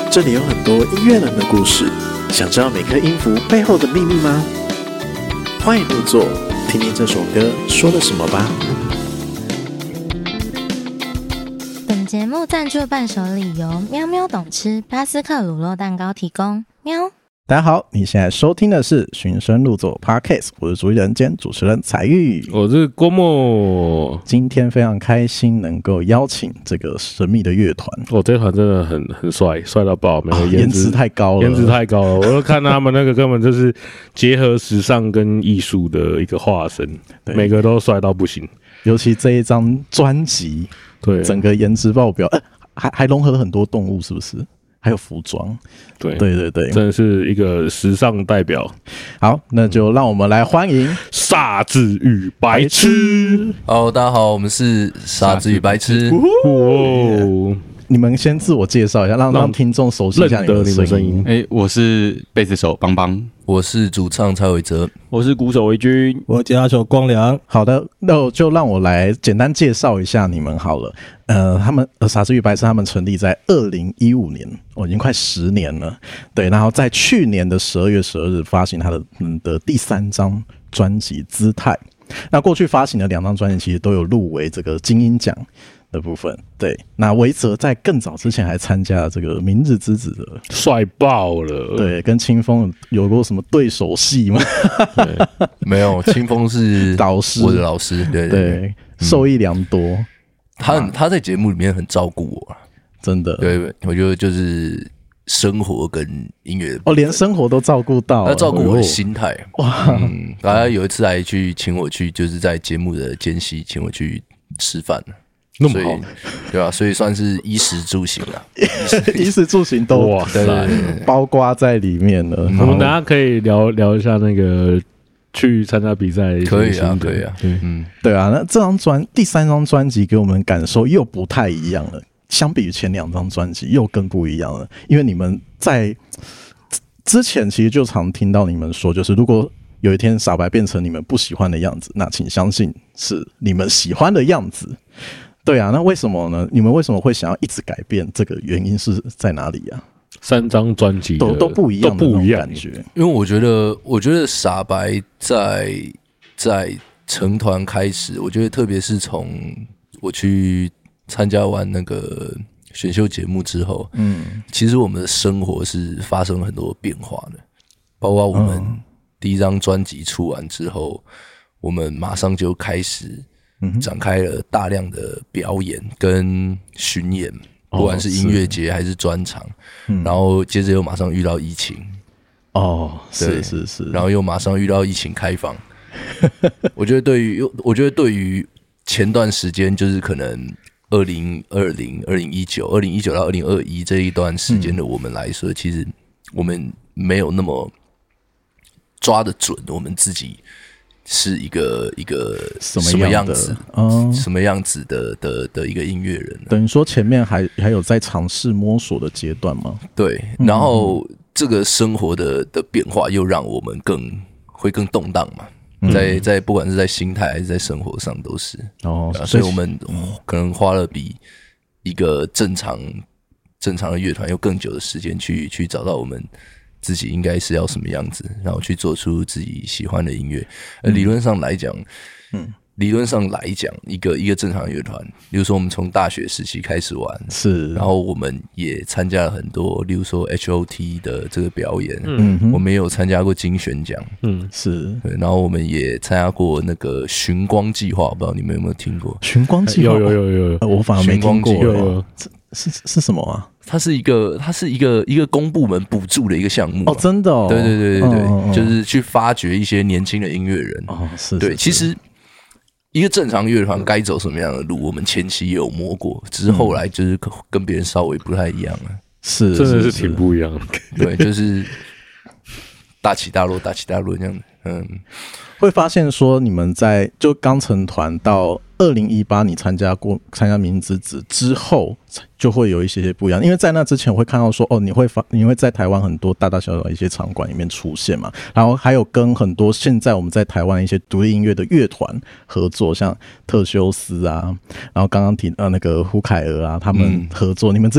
这里有很多音乐人的故事，想知道每颗音符背后的秘密吗？欢迎入座，听听这首歌说了什么吧。 本节目赞助伴手礼由喵喵懂吃巴斯克乳酪蛋糕提供。喵。 大家好，你现在收听的是循声入座 Podcast， 我是主持人兼主持人彩玉， 我是郭沫。 今天非常开心能够邀请这个神秘的乐团。 这团真的很帅，帅到爆，每个颜值太高了， 颜值太高了。我都看他们那个根本就是结合时尚跟艺术的一个化身，每个都帅到不行。 尤其这一张专辑，对，整个颜值爆表，还融合了很多动物，是不是？还有服装，对， 真的是一个时尚代表。 好，那就让我们来欢迎傻子与白痴。 大家好，我们是傻子与白痴。 你们先自我介绍一下，让听众熟悉一下你们的声音。 我是贝斯手邦邦， 我是主唱蔡伟哲， 我是鼓手维军，我吉他手光良。 好的，那就让我来简单介绍一下你们好了。他们傻子与白痴他们成立在2015年，已经快10年了。对，然后在去年的12月12日发行他的第3张专辑《姿态》。那过去发行的2张专辑其实都有入围这个金鹰奖的部分。对，那维泽在更早之前还参加了这个明日之子的， 帅爆了。 对，跟清风有过什么对手戏吗？ 没有，清风是老师， 我的老师。对， 受益良多。 他在节目里面很照顾我， 真的。 对，我觉得就是生活跟音乐连生活都照顾到了， 他照顾我的心态。哇，大家有一次还请我去，就是在节目的间隙请我去吃饭， 那么好， 对吧？所以算是衣食住行了， 衣食住行都包括在里面了。 我们等一下可以聊一下那个去参加比赛， 可以啊。 对啊。那第3张专辑给我们感受又不太一样了，相比于前2张专辑又更不一样了。因为你们在之前其实就常听到你们说，就是如果有一天傻白变成你们不喜欢的样子，那请相信是你们喜欢的样子。对啊，那为什么呢？你们为什么会想要一直改变？这个原因是在哪里啊 ？3张专辑都不一样的那种感觉。 因为我觉得傻白在成团开始，我觉得特别是从我去参加完那个选秀节目之后，其实我们的生活是发生了很多变化的，包括我们第1张专辑出完之后，我们马上就开始展开了大量的表演跟巡演，不管是音乐节还是专场，然后接着又马上遇到疫情， 是， 然后又马上遇到疫情开放。我觉得对于前段时间，就是可能2020、2019到2021这一段时间的我们来说，其实我们没有那么抓得准我们自己是一个什么样子，什么样子的一个音乐人。 等于说前面还有在尝试摸索的阶段吗？ 对，然后这个生活的变化又让我们会更动荡嘛。在不管是在心态还是在生活上都是所以我们可能花了比一个正常的乐团有更久的时间去找到我们自己应该是要什么样子，然后去做出自己喜欢的音乐。理论上来讲，一个正常的乐团，比如说我们从大学时期开始玩， 是， 然后我们也参加了很多，例如说 HOT 的这个表演，我们也有参加过金旋奖， 是， 对，然后我们也参加过那个寻光计划，不知道你们有没有听过？ 寻光计划有， 我反而没听过。 有是什么啊？ 它是一个公部门补助的一个项目真的对，就是去发掘一些年轻的音乐人是对，其实一个正常乐团该走什么样的路，我们前期也有摸过，只是后来就是跟别人稍微不太一样了， 真的是挺不一样的。 对，就是大起大落这样的。 会发现说你们就刚成团到2018，你参加明日之子之后，就会有一些不一样。因为在那之前，我会看到说，你会在台湾很多大大小小的一些场馆里面出现嘛，然后还有跟很多现在我们在台湾一些独立音乐的乐团合作，像特修斯啊，然后刚刚提那个胡凯尔啊，他们合作。你们之前是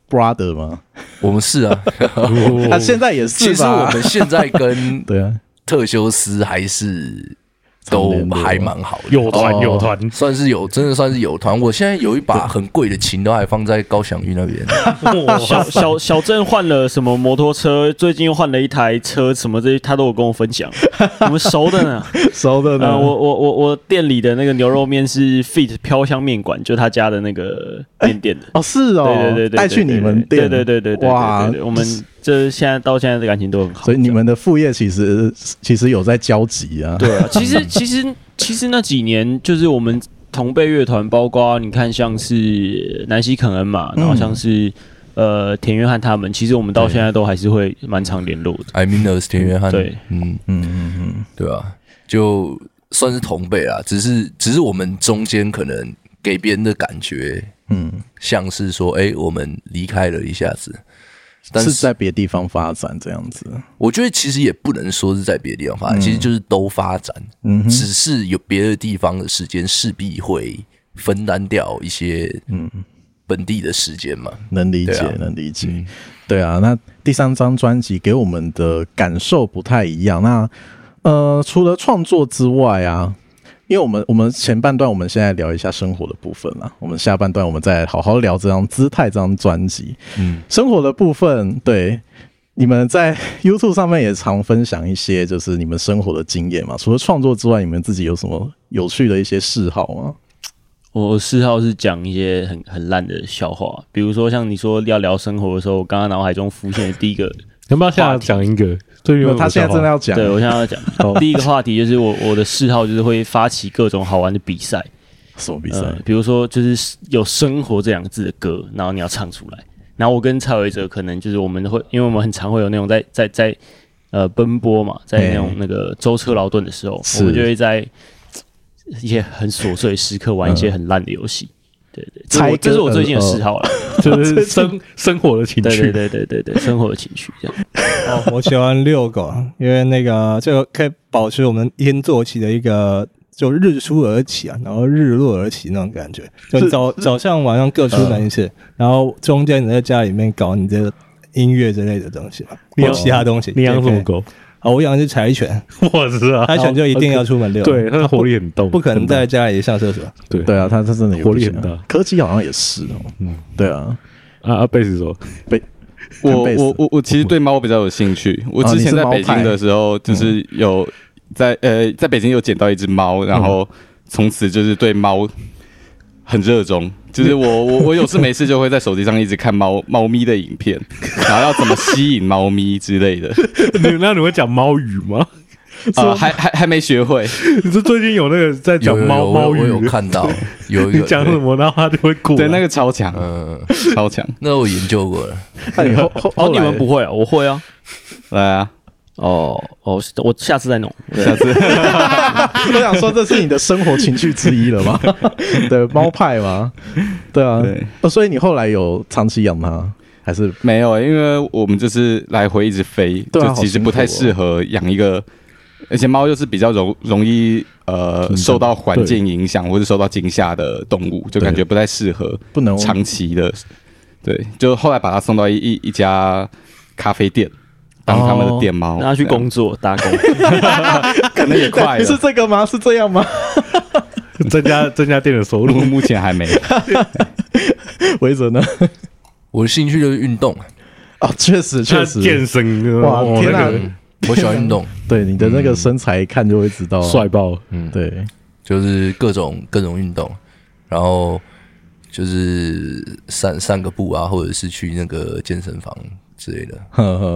brother 吗？ 我们是啊， 他现在也是吧。 其实我们现在跟对啊特修斯还是都还蛮好的， 有团， 算是有，真的算是有团。我现在有一把很贵的琴，都还放在高翔玉那边。 小郑换了什么摩托车，最近又换了一台车，什么这些他都有跟我分享。我们熟的呢， 熟的呢。 我店里的那个牛肉面是 Fit 飘香面馆，就他家的那个面店的。 哦，是哦，对，带去你们店， 对，哇，我们这现在到现在的感情都很好， 所以你们的副业其实有在交集啊。 对啊，其实那几年就是我们同辈乐团，包括你看像是南希肯恩嘛，然后像是田约翰他们，其实我们到现在都还是会蛮常联络的。 I mean us 田约翰， 对， 对啊，就算是同辈啊，只是我们中间可能给别人的感觉，像是说，我们离开了一下子。但是在别的地方发展这样子， 我觉得其实也不能说是在别的地方发展，其实就是都发展，只是有别的地方的时间势必会分担掉一些本地的时间嘛。 能理解，能理解。对啊，那第3张专辑给我们的感受不太一样。那除了创作之外啊，因为我们前半段我们现在聊一下生活的部分啦，我们下半段我们再好好聊这张姿态这张专辑。生活的部分，对，你们在 YouTube 上面也常分享一些就是你们生活的经验嘛。除了创作之外，你们自己有什么有趣的一些嗜好吗？ 我嗜好是讲一些很烂的笑话，比如说像你说要聊生活的时候，我刚刚脑海中浮现的第一个， 要不要现在讲一个？ 他现在真的要讲， 对，我现在要讲。第一个话题就是我的嗜好就是会发起各种好玩的比赛。 什么比赛？ 比如说就是有生活这2个字的歌，然后你要唱出来。然后我跟蔡维哲可能就是我们会，因为我们很常会有那种在奔波嘛，在那个舟车劳顿的时候，我们就会在一些很琐碎的时刻玩一些很烂的游戏。对，这是我最近的嗜好了， 就是生活的情趣。 对，生活的情趣这样。 我喜欢遛狗，因为那个这个可以保持我们一天作息的一个就日出而起啊，然后日落而起那种感觉，就早上晚上各出门一次，然后中间你在家里面搞你的音乐之类的东西嘛，或其他东西。 你养什么狗？ 我养的是柴犬， 我知道， 柴犬就一定要出门遛， 对，它活力很动， 不可能在家里上厕所。 对啊，它真的有活力很大。 柯基好像也是对啊。 贝斯说， 我其实对猫比较有兴趣。我之前在北京的时候，就是有在北京有捡到一只猫，然后从此就是对猫很热衷。就是我有事没事就会在手机上一直看猫咪的影片，然后要怎么吸引猫咪之类的。 那你会讲猫语吗？ 还没学会。 你说最近有那个在讲猫语， 我有看到有一个你讲什么，然后他就会过。 对，那个超强，超强。 那我研究过了。 你们不会啊？我会啊。 来啊！ 我下次再弄。 下次， 我想说这是你的生活情趣之一了吗？对，猫派吗？对啊。所以你后来有长期养它，还是没有？因为我们就是来回一直飞，就其实不太适合养一个，而且猫又是比较容易受到环境影响或者受到惊吓的动物，就感觉不太适合，不能长期的。对，就后来把它送到一家咖啡店。当他们的店猫， 让他去工作打工， 可能也快了。 是这个吗？是这样吗？ 增加店的收入， 目前还没。 维哲呢？ 我的兴趣就是运动确实健身。 哇，天哪！ 我喜欢运动。 对你的那个身材一看就会知道， 帅爆。 对，就是各种运动，然后就是散个步啊，或者是去那个健身房之类的。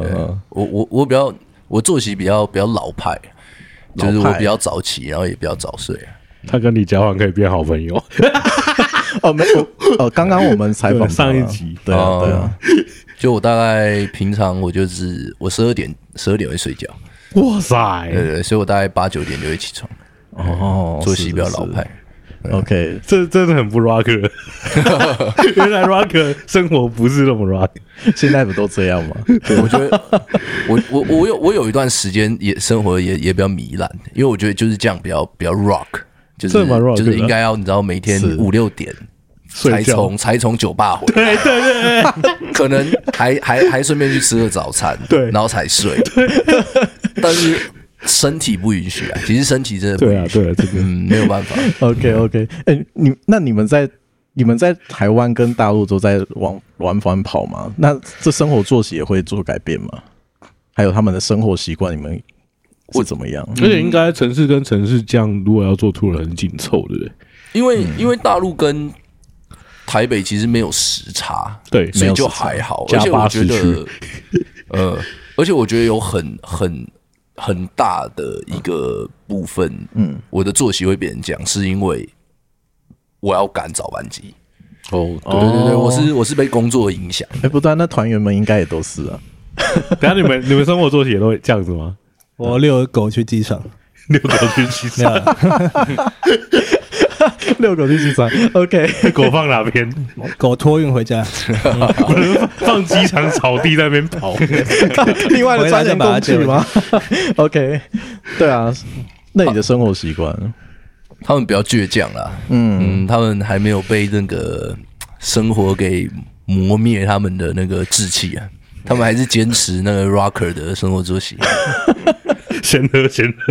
我作息比较老派，就是我比较早起，然后也比较早睡。 他跟你交往可以变好朋友。 没有刚刚我们采访上一集， 对啊， 就我大概平常我12点会睡觉。 哇塞， 对，所以我大概8、9点就会起床。作息比较老派。 OK， 这真的很不 rock。原来 rock 生活不是那么 rock， 现在不都这样吗？ 我觉得我有一段时间生活也比较糜烂，因为我觉得就是这样比较 rock， 就是应该要你知道每天5、6点才从酒吧回来，对，可能还顺便去吃个早餐， 对， 然后才睡，但是身体不允许啊，其实身体真的不允许， 对啊，这个没有办法。 OK， 你们在台湾跟大陆都在往返跑吗？那这生活作息也会做改变吗？还有他们的生活习惯，你们是怎么样？ 而且应该城市跟城市这样，如果要做突然很紧凑，对不对？ 因为大陆跟台北其实没有时差， 对， 所以就还好。而且我觉得，而且我觉得有很大的一个部分，我的作息会变成这样，是因为我要赶早班机。哦，对，我是被工作影响。 不对，那团员们应该也都是啊。 等下你们生活作息也都会这样子吗？ 我遛狗去机场， 遛狗去机场。 遛狗去机场 ，OK， 狗放哪边？ 狗托运回家， 放机场草地在那边跑。 另外的专人工具吗 ？OK， 对啊，那你的生活习惯？ 他们比较倔强啦，他们还没有被那个生活给磨灭他们的那个志气啊，他们还是坚持那个 rocker 的生活作息。 先喝。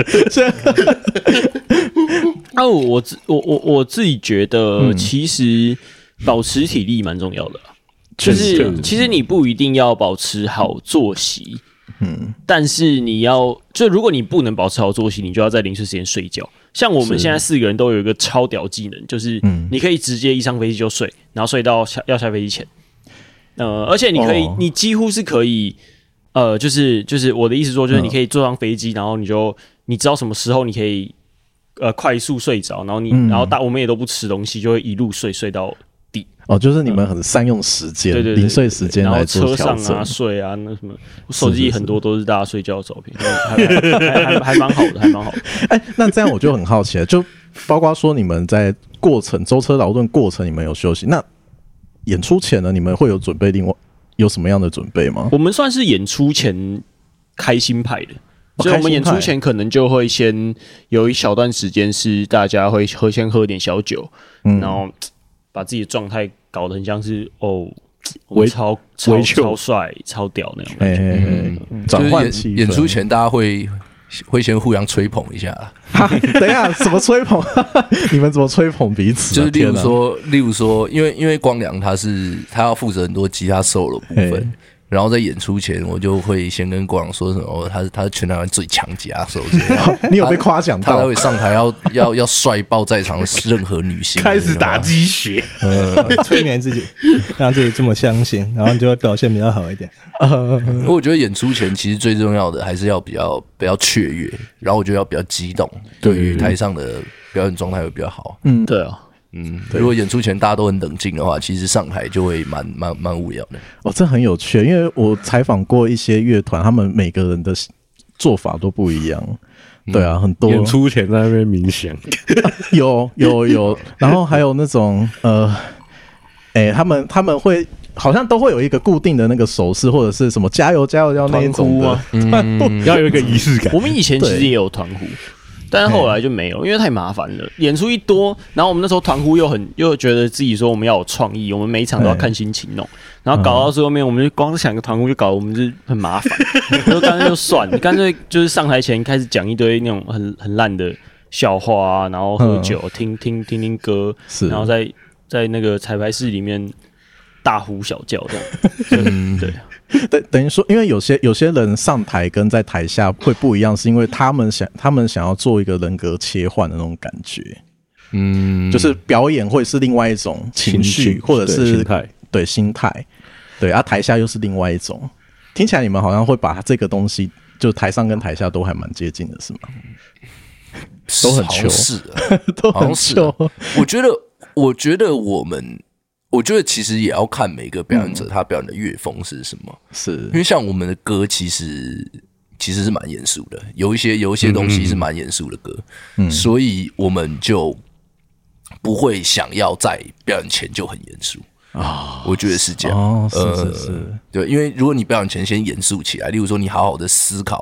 我自己觉得，其实保持体力蛮重要的，就是其实你不一定要保持好作息，但是如果你不能保持好作息，你就要在零碎时间睡觉。像我们现在4个人都有一个超屌技能，就是你可以直接一上飞机就睡，然后睡到要下飞机前。而且你几乎是可以，就是我的意思说，就是你可以坐上飞机，然后你知道什么时候你可以快速睡着，然后我们也都不吃东西，就会一路睡到底。 就是你们很善用时间，对零碎时间来做调整。 然后车上啊睡啊，那什么，我手机很多都是大家睡觉的照片，还蛮好的，还蛮好的。 那这样我就很好奇了，就包括说你们在舟车劳顿过程，你们有休息，那演出前呢，你们会有准备有什么样的准备吗？ 我们算是演出前开心派的。所以我们演出前可能就会先有一小段时间是大家会先喝点小酒，然后把自己的状态搞得很像是超帅、超屌那种感觉。 转换气氛。 演出前大家会先互相吹捧一下。 等一下，什么吹捧？你们怎么吹捧彼此？ 就是例如说，因为光良他要负责很多吉他 solo 的部分。然后在演出前，我就会先跟光良说什么，他是全台湾最强吉他手， 你有被夸奖到？ 他会上台要帅爆在场的任何女性， 开始打鸡血， 催眠自己，让自己这么相信，然后你就会表现比较好一点。 我觉得演出前其实最重要的还是要比较雀跃，然后我觉得要比较激动，对于台上的表演状态会比较好。 对啊。 如果演出前大家都很冷静的话，其实上台就会蛮无聊的。 这很有趣，因为我采访过一些乐团，他们每个人的做法都不一样。对啊，很多演出前在那边冥想， 有，然后还有那种他们会好像都会有一个固定的那个手势，或者是什么加油那一种的， 要有一个仪式感。 我们以前其实也有团呼。但是后来就没有，因为太麻烦了。演出一多，然后我们那时候团呼又觉得自己说我们要有创意，我们每一场都要看心情弄，然后搞到最后面，我们就光想个团呼就搞得我们就很麻烦，就干脆就算了，干脆就是上台前开始讲一堆那种很烂的笑话啊，然后喝酒听歌，然后在那个彩排室里面大呼小叫这样。 对，等于说，因为有些人上台跟在台下会不一样，是因为他们想要做一个人格切换的那种感觉，就是表演会是另外一种情绪或者是心态，对啊，台下又是另外一种。听起来你们好像会把这个东西，就台上跟台下都还蛮接近的，是吗？都很糗，都很糗。 我觉得其实也要看每个表演者他表演的乐风是什么， 是因为像我们的歌其实是蛮严肃的，有一些东西是蛮严肃的歌，所以我们就不会想要在表演前就很严肃啊。我觉得是这样， 是， 对，因为如果你表演前先严肃起来，例如说你好好的思考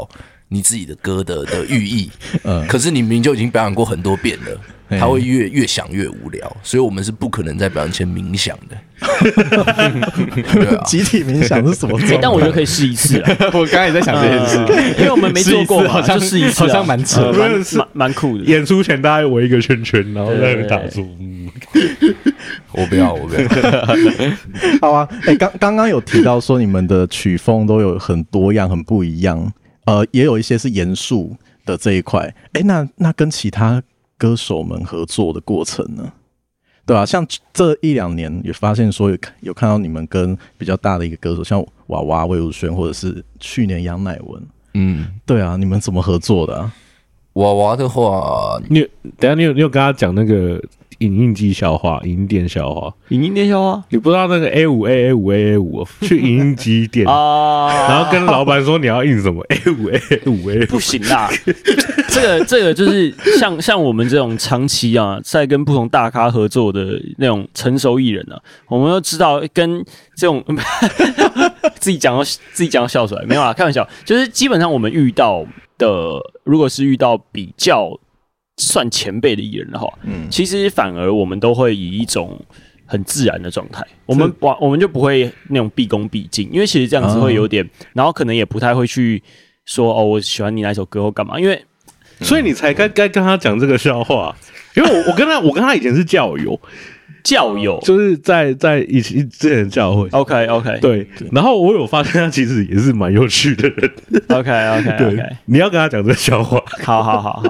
你自己的歌的寓意，可是你明明就已经表演过很多遍了，他会越想越无聊，所以我们是不可能在表演前冥想的。对啊， 集体冥想是什么？ 但我觉得可以试一次啊。 我刚才也在想这件事， 因为我们没做过嘛，就试一次， 好像蛮扯， 蛮酷的。 演出前大家围一个圈圈，然后在那边打坐。 我不要。 好啊，刚刚有提到说你们的曲风都有很多样、很不一样，也有一些是严肃的这一块。那跟其他歌手们合作的过程呢？对啊，像这1-2年也发现说有看到你们跟比较大的一个歌手，像娃娃、魏如萱，或者是去年杨乃文。对啊，你们怎么合作的啊？ 娃娃的话， 你有跟他讲那个影印机笑话、影印店笑话、 影印店笑话， 你不知道那个 A5 去影印机店然后跟老板说你要印什么 A5 不行啦。这个就是像我们这种长期在跟不同大咖合作的那种成熟艺人我们都知道跟这种自己讲到笑出来，没有啦，开玩笑，就是基本上我们遇到的，如果是遇到比较算前辈的艺人的话，其实反而我们都会以一种很自然的状态，我们就不会那种毕恭毕敬，因为其实这样子会有点，然后可能也不太会去说我喜欢你哪一首歌或干嘛，因为所以你才该跟他讲这个笑话，因为我跟他以前是教友， 就是在以前之前的教会 ，OK， 对，然后我有发现他其实也是蛮有趣的人 ，OK， 对，你要跟他讲这个笑话， 好，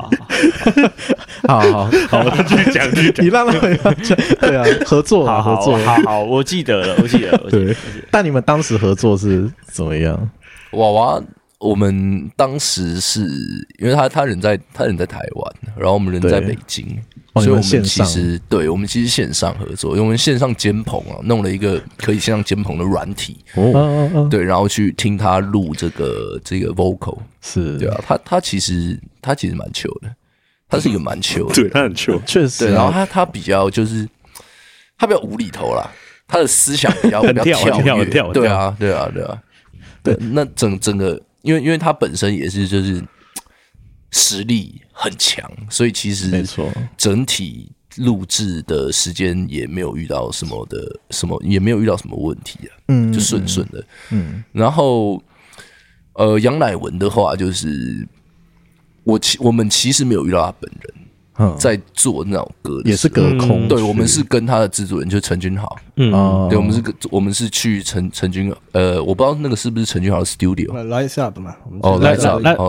继续讲， 你让他们讲，对啊，合作， 好，我记得了， 对，但你们当时合作是怎么样？ 娃娃，我们当时是因为他人在台湾，然后我们人在北京。所以我们我们其实线上合作，因为我们线上监棚弄了一个可以线上监棚的软体，对，然后去听他录这个 vocal， 是，对啊，他其实蛮糗的，他是一个蛮糗的， 对，他很糗， 确实， 对，然后他比较就是他比较无厘头啦，他的思想比较跳跃，对啊，对，那整个，因为他本身也是就是实力很强，所以其实没错，整体录制的时间也没有遇到什么问题就顺的，然后杨乃文的话就是我们其实没有遇到他本人。在做那种歌也是隔空， 对，我们是跟他的制作人就是陈君豪，对，我们是去陈君，我不知道那个是不是陈君豪的 studio，Lights Up 嘛 ，Lights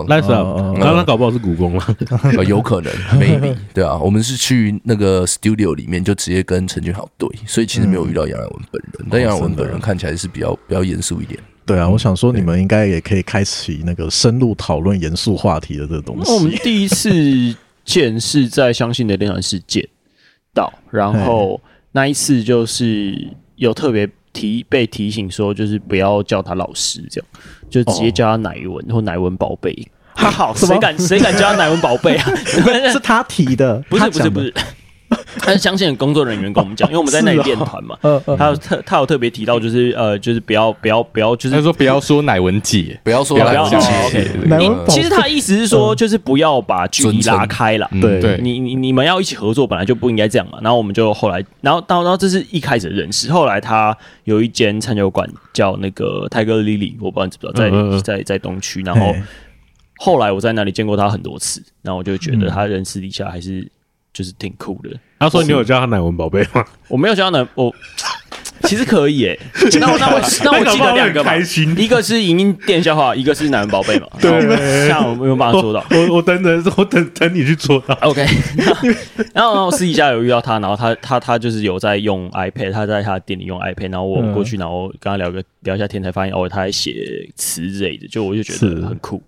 Up，那他搞不好是故宫了， 有可能 ，maybe， 对啊，我们是去那个 studio 里面就直接跟陈君豪对，所以其实没有遇到杨乃文本人，但杨乃文本人看起来是比较严肃一点。 对啊，我想说你们应该也可以开启那个深入讨论严肃话题的这个东西。 我们第一次见是在相信的练团室见到，然后那一次就是有特别被提醒说，就是不要叫他老师，这样就直接叫他乃文或乃文宝贝。好，谁敢叫他乃文宝贝啊？ 是他提的， 不是。他是相信的工作人员跟我们讲，因为我们在那里练团嘛，他有特别提到，就是就是不要，就是他说不要说乃文姐， 不要说乃文姐。 其实他的意思是说，就是不要把距离拉开了。 对， 你们要一起合作，本来就不应该这样嘛。然后我们就后来，然后这是一开始的认识。后来他有一间餐酒馆叫那个泰戈 Lily， 我不知道你知不知道，在东区。然后后来我在那里见过他很多次，然后我就觉得他人私底下还是。就是挺酷的。 他说：“你有叫他乃文宝贝吗？” 我没有叫他我其实可以耶。那我记得两个嘛，一个是影音店笑话，一个是乃文宝贝嘛。 对， 像我没有办法做到。 我等你去做到。 OK 然后我私底下有遇到他，然后他就是有在用 iPad， 他在他的店里用 iPad， 然后我过去，然后跟他聊一下天，才发现他在写词之类的，就我就觉得很酷，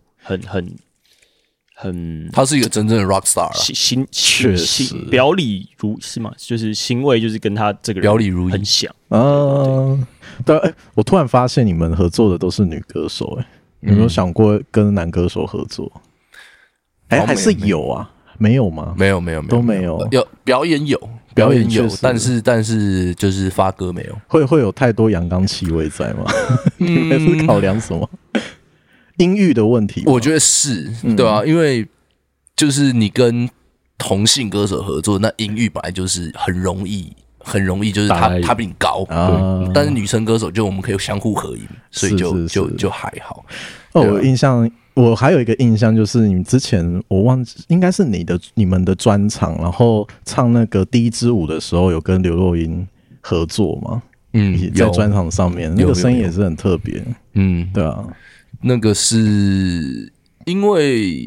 他是一个真正的 rock star 确实表里如是嘛，就是行为就是跟他这个人表里如一很像对，我突然发现你们合作的都是女歌手，有没有想过跟男歌手合作？还是有啊？没有吗？ 没有， 都没有。 有表演有，但是就是发歌没有。 会有太多阳刚气味在吗？还是考量什么？ 音域的问题吗？ 我觉得是，对啊，因为就是你跟同性歌手合作，那音域本来就是很容易，就是他比你高，对。但是女生歌手就我们可以相互合音，所以就还好。 我印象，我还有一个印象就是你们之前我忘记应该是你们的专场，然后唱那个第一支舞的时候有跟刘若英合作吗？在专场上面那个声音也是很特别，对啊， 那个是因为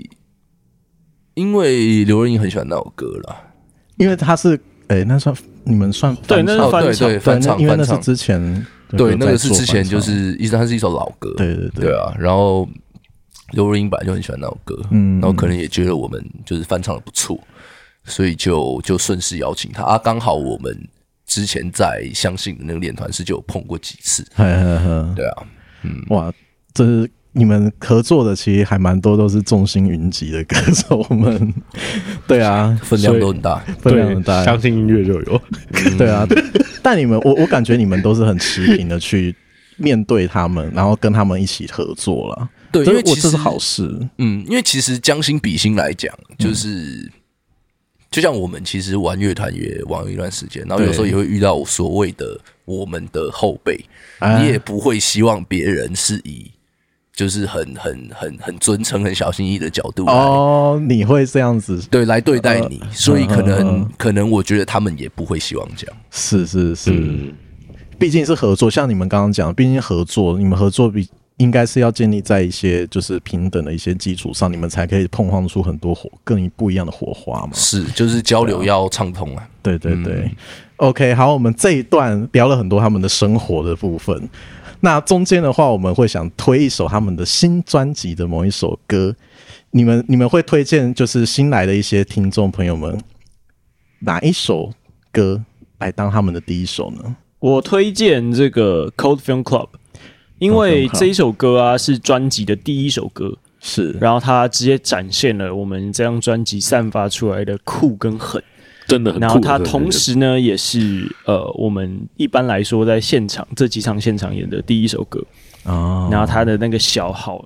刘若英很喜欢那首歌啦， 因为他是那算你们算对，那是翻唱， 因为那是之前对那个是之前就是它是一首老歌，对啊，然后刘若英本来就很喜欢那首歌，然后可能也觉得我们就是翻唱的不错，所以就顺势邀请他啊，刚好我们之前在相信的那个练团室就有碰过几次，对啊， 哇，这是你们合作的，其实还蛮多都是众星云集的歌手们，对啊， 分量都很大， 相信音乐就有， 对啊，但你们我感觉你们都是很持平的去面对他们，然后跟他们一起合作了， 对，因为其实这是好事， 因为其实将心比心来讲，就是就像我们其实玩乐团也玩了一段时间，然后有时候也会遇到所谓的我们的后辈，你也不会希望别人是以就是很尊称、很小心翼翼的角度来你会这样子来对待你，所以可能我觉得他们也不会希望这样。 是，毕竟是合作，像你们刚刚讲，毕竟合作，你们合作应该是要建立在一些就是平等的一些基础上，你们才可以碰撞出很多更不一样的火花嘛。 是，就是交流要畅通啊。 对。OK， 好，我们这一段聊了很多他们的生活的部分。那中间的话，我们会想推一首他们的新专辑的某一首歌，你们会推荐就是新来的一些听众朋友们哪一首歌来当他们的第一首呢？ 我推荐这个 Cold Film Club， 因为这一首歌啊是专辑的第一首歌， 是， 然后它直接展现了我们这张专辑散发出来的酷跟狠。 真的很酷， 然后它同时呢也是我们一般来说在现场这几场现场演的第一首歌然后它的那个小号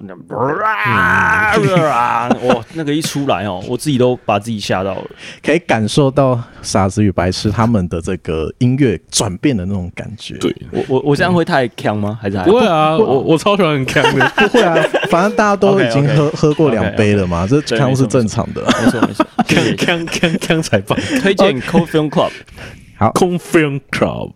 哇，那个一出来我自己都把自己吓到了， 可以感受到傻子与白痴他们的这个音乐转变的那种感觉。 对， 我这样会太强吗？还是不会啊？我超喜欢很强的， 不会啊，反正大家都已经喝过2杯了嘛，这强是正常的。 没错， 强才棒。 推荐 Cold Film Club， 好 ，Cold Film Club。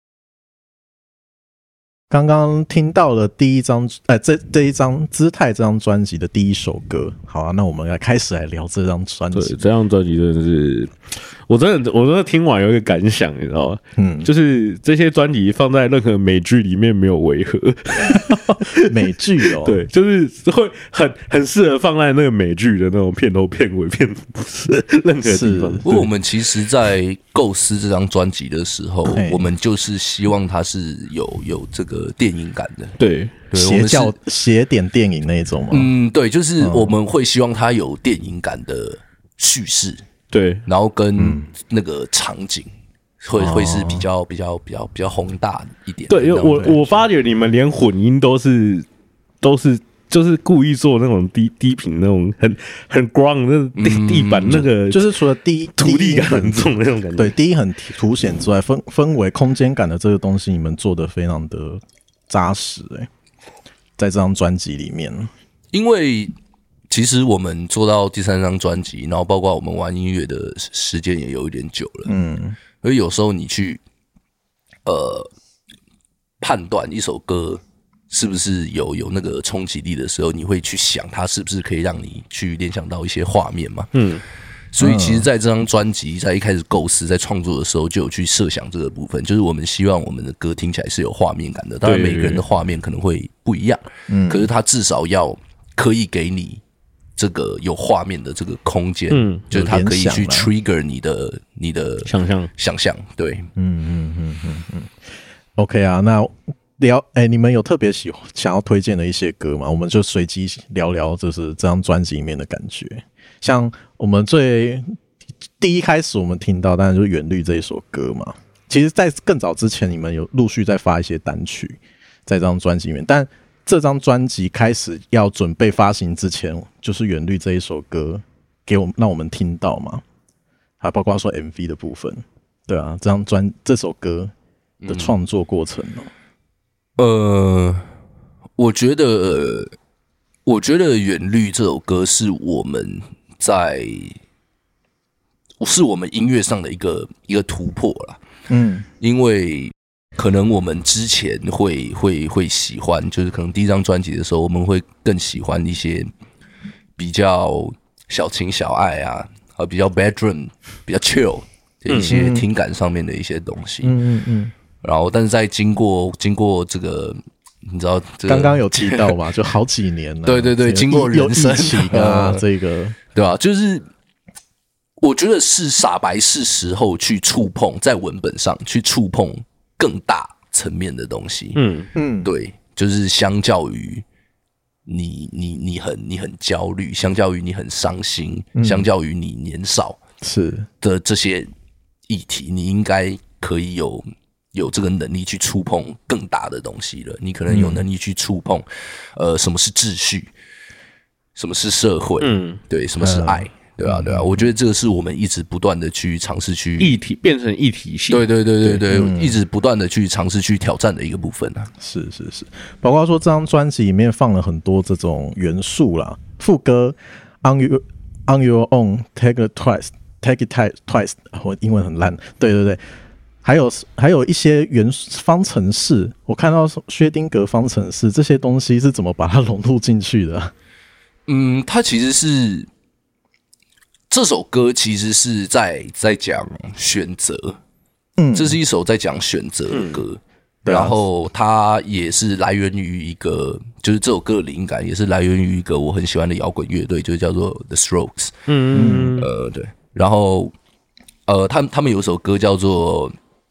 刚刚听到了第一张，这一张姿态这张专辑的第一首歌，好啊，那我们开始来聊这张专辑。 对，这张专辑真的是，我真的听完有一个感想，你知道吗？就是这些专辑放在任何美剧里面没有违和。 美剧对，就是会很适合放在那个美剧的那种片头、片尾、片任何地方。 不过我们其实，在构思这张专辑的时候，我们就是希望它是有这个电影感的， 对， 写点电影那种嘛。 对，就是我们会希望它有电影感的叙事， 对， 然后跟那个场景会是比较宏大一点。 对，因为我发觉你们连混音都是就是故意做那种低频那种很 ground 那地板那个， 就是除了土地感很重的那种感觉。 对，第一很凸显之外，氛围空间感的这个东西，你们做的非常的扎实在这张专辑里面。 因为其实我们做到第3张专辑，然后包括我们玩音乐的时间也有一点久了，所以有时候你去判断一首歌是不是有那个冲击力的时候，你会去想它是不是可以让你去联想到一些画面嘛？所以其实在这张专辑在一开始构思在创作的时候就有去设想这个部分，就是我们希望我们的歌听起来是有画面感的，当然每个人的画面可能会不一样，可是它至少要可以给你这个有画面的这个空间，就是它可以去 trigger 你的想象，对 ，OK 啊，那你们有特别想要推荐的一些歌吗？我们就随机聊聊，就是这张专辑里面的感觉。像我们第一开始我们听到，当然就是《远虑》这一首歌嘛。其实，在更早之前，你们有陆续在发一些单曲在这张专辑里面，但这张专辑开始要准备发行之前，就是远虑这一首歌让我们听到嘛，还包括说 MV 的部分，对啊，这首歌的创作过程哦。我觉得远虑这首歌是我们音乐上的一个突破啦。因为可能我们之前会喜欢，就是可能第一张专辑的时候，我们会更喜欢一些比较小情小爱啊，比较 bedroom、比较 chill 的一些听感上面的一些东西。然后，但是在经过这个。你知道刚刚有提到嘛？就好几年了， 对，经过人生啊，这个对吧？就是我觉得是傻白是时候去触碰，在文本上去触碰更大层面的东西。对，就是相较于你很焦虑，相较于你很伤心，相较于你年少是的这些议题，你应该可以有这个能力去触碰更大的东西了，你可能有能力去触碰，什么是秩序，什么是社会，对，什么是爱，对啊，我觉得这个是我们一直不断的去尝试去议题变成议题性， 对，一直不断的去尝试去挑战的一个部分啊。 是，包括说这张专辑里面放了很多这种元素啦，副歌 on your own take it twice， 我英文很烂，对。还有一些方程式，我看到薛丁格方程式这些东西是怎么把它融入进去的？ 它其实是这首歌其实是在讲选择，这是一首在讲选择的歌，然后它也是来源于一个，就是这首歌的灵感也是来源于一个我很喜欢的摇滚乐队，就叫做 The Strokes，对，然后他们有一首歌叫做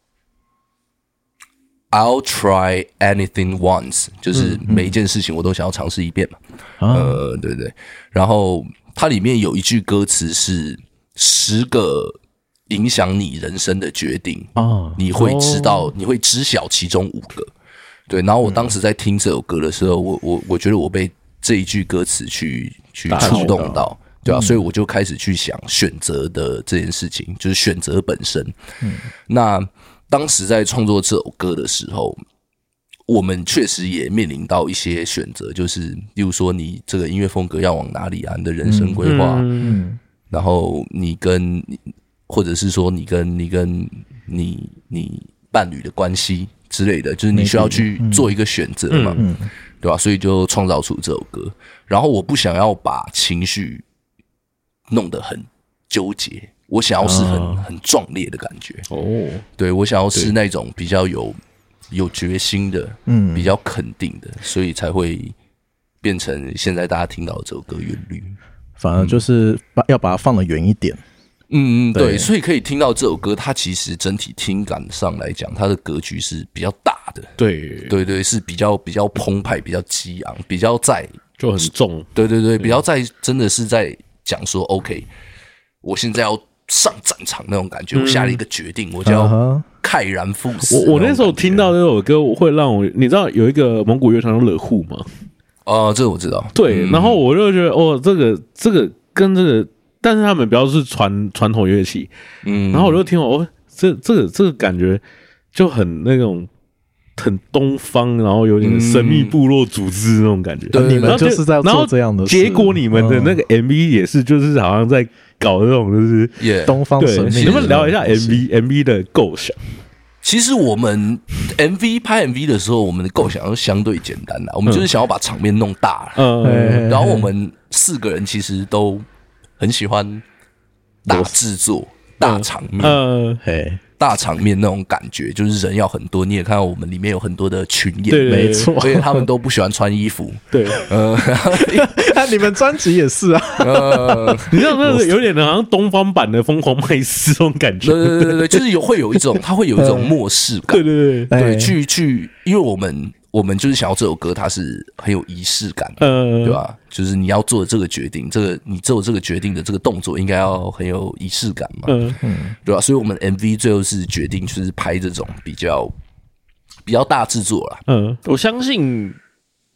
I'll try anything once， 就是每一件事情我都想要尝试一遍嘛。对。然后它里面有一句歌词是10个影响你人生的决定，你会知晓其中5个。对，然后我当时在听这首歌的时候，我觉得我被这一句歌词去触动到，对吧？所以我就开始去想选择的这件事情，就是选择本身。那当时在创作这首歌的时候，我们确实也面临到一些选择，就是例如说你这个音乐风格要往哪里啊，你的人生规划，然后或者是说你跟你伴侣的关系之类的，就是你需要去做一个选择嘛，对吧？所以就创造出这首歌。然后我不想要把情绪弄得很纠结，我想要是很壮烈的感觉。对，我想要是那种比较有决心的，比较肯定的，所以才会变成现在大家听到的这首歌《远虑》。 反而就是要把它放得远一点。 对，所以可以听到这首歌，它其实整体听感上来讲，它的格局是比较大的。对，是比较澎湃、比较激昂、比较就很重。 对，比较真的是在讲说 ，OK， 我现在要上战场那种感觉，我下了一个决定，我就要慨然赴死。 我那时候听到这首歌，会让我，你知道有一个蒙古乐团叫惹户吗？ 这个我知道。 对，然后我就觉得，这个跟这个。但是他们比较是传统乐器，然后我就听这个感觉就很那种很东方，然后有点神秘部落组织那种感觉。 你们就是在做这样的事， 结果你们的那个 MV 也是，就是好像在搞这种就是东方神秘。 你能不能聊一下 MV 的构想？ 其实我们拍 MV 的时候，我们的构想是相对简单的，我们就是想要把场面弄大了。然后我们4个人其实都很喜欢大制作、大场面，大场面那种感觉，就是人要很多。你也看到我们里面有很多的群演， 没错， 而且他们都不喜欢穿衣服。 对， 你们专辑也是啊， 你知道那个有点好像东方版的《疯狂麦斯》这种感觉。 对，就是会有一种，它会有一种漠视感。对，去，因为我们就是想要这首歌，它是很有仪式感的，对吧？就是你要做这个决定，你做这个决定的这个动作，应该要很有仪式感嘛，对吧？所以我们 MV 最后是决定就是拍这种比较大制作啦。 我相信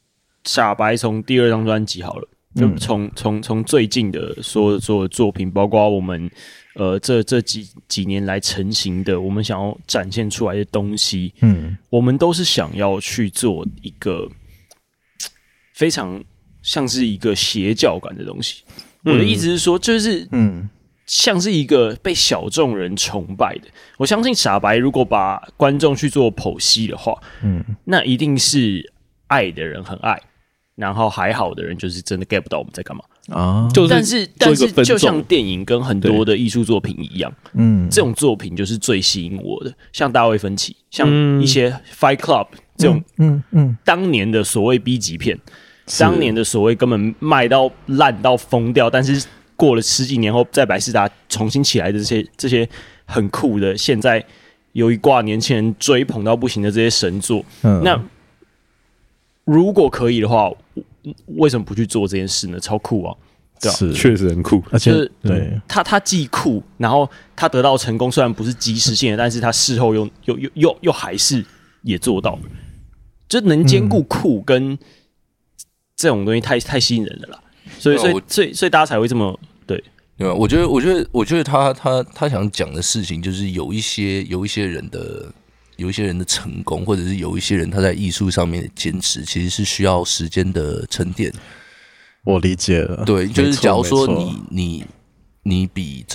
傻白从第2张专辑好了，就从最近的所有的作品，包括我们这几年来成型的，我们想要展现出来的东西，我们都是想要去做一个非常像是一个邪教感的东西。我的意思是说，就是像是一个被小众人崇拜的。我相信傻白如果把观众去做剖析的话，那一定是爱的人很爱，然后还好的人就是真的 get 不到我们在干嘛啊。但是就像电影跟很多的艺术作品一样，这种作品就是最吸引我的，像大卫芬奇，像一些 Fight Club 这种，当年的所谓 B 级片，当年的所谓根本卖到烂到疯掉，但是过了10几年后，在百视达重新起来的这些很酷的，现在有一挂年轻人追捧到不行的这些神作，那如果可以的话，为什么不去做这件事呢？超酷啊！对啊， 是确实很酷， 而且就是他既酷，然后他得到成功，虽然不是即时性的，但是他事后又还是也做到了，就能兼顾酷跟这种东西太吸引人了啦。所以大家才会这么对。 我觉得他想讲的事情就是有一些人的成功，或者是有一些人他在艺术上面的坚持，其实是需要时间的沉淀。 我理解了， 对，就是假如说你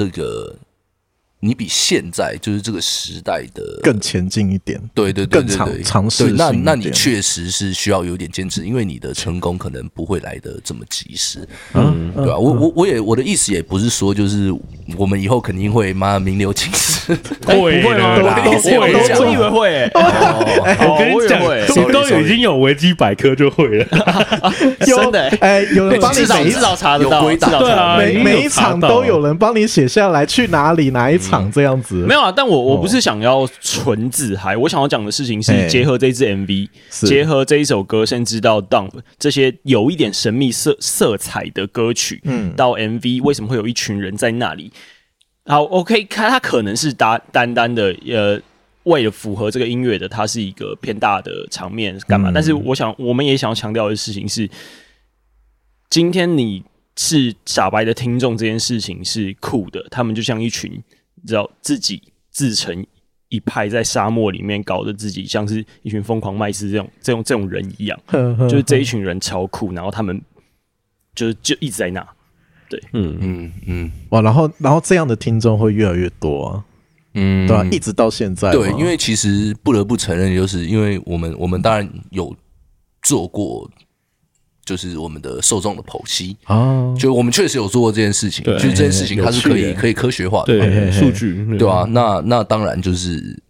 比现在就是这个时代的更前进一点， 对， 更尝试性一点， 那你确实是需要有点坚持，因为你的成功可能不会来得这么及时，对吧？我的意思也不是说就是我们以后肯定会名留青史， 会吗？我以为会， 我跟你讲，都已经有维基百科就会了， 真的， 有人帮你至少查得到， 对啊，每一场都有人帮你写下来，去哪里哪一场。这样子没有啊，但我不是想要纯自嗨，我想要讲的事情是结合这支 MV，结合这一首歌，甚至到 Dump 这些有一点神秘色彩的歌曲，到 MV 为什么会有一群人在那里？好 ，OK， 它可能是单的为了符合这个音乐的，它是一个偏大的场面干嘛？但是我们也想要强调的事情是，今天你是傻白的听众，这件事情是酷的，他们就像一群。知道自己自成一派，在沙漠里面搞得自己像是一群疯狂麦斯这种人一样，就是这一群人超酷，然后他们就一直在那，对， 哇，然后这样的听众会越来越多啊，对吧？一直到现在， 对，因为其实不得不承认，就是因为我们当然有做过。就是我们的受众的剖析就我们确实有做过这件事情，就是这件事情它是可以科学化的， 对数据， 对啊，那当然就是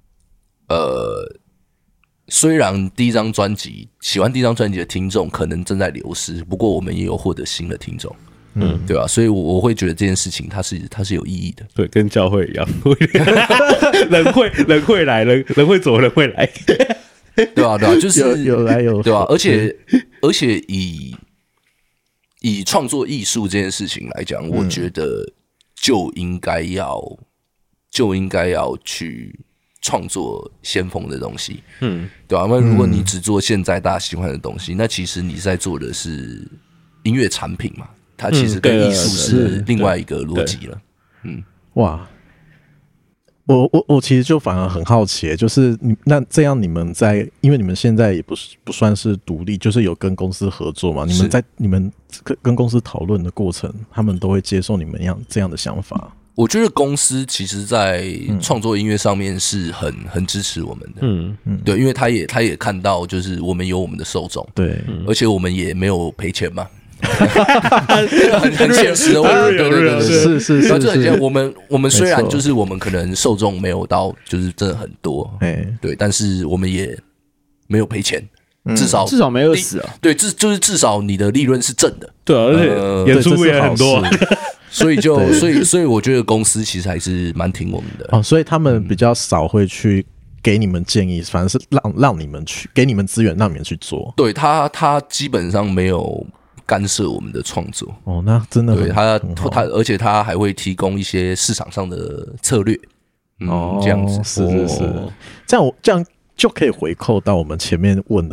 虽然喜欢第一张专辑的听众可能正在流失，不过我们也有获得新的听众，对吧？所以我会觉得这件事情它是有意义的，对， 跟教会一样，人会来，人会走，人会来。 对啊，就是有来有对啊，而且以创作艺术这件事情来讲，我觉得就应该要去创作先锋的东西，对吧？因为如果你只做现在大家喜欢的东西，那其实你在做的是音乐产品嘛，它其实跟艺术是另外一个逻辑了， 哇。我其实就反而很好奇，就是那这样你们因为你们现在也不算是独立，就是有跟公司合作嘛？你们跟公司讨论的过程，他们都会接受你们这样的想法？ 我觉得公司其实在创作音乐上面是很支持我们的，对，因为他也看到就是我们有我们的受众， 对， 而且我们也没有赔钱嘛。很现实的问题，对，是，然后就很像我们虽然就是我们可能受众没有到就是真的很多，对，但是我们也没有赔钱，至少没饿死啊， 对，就是至少你的利润是正的， 对，而且演出也很多， 所以我觉得公司其实还是蛮挺我们的哦，所以他们比较少会去给你们建议，反正是让你们去给你们资源，让你们去做， 对他基本上没有。干涉我们的创作哦，那真的对他，而且他还会提供一些市场上的策略，这样子是，这样就可以回扣到我们前面问的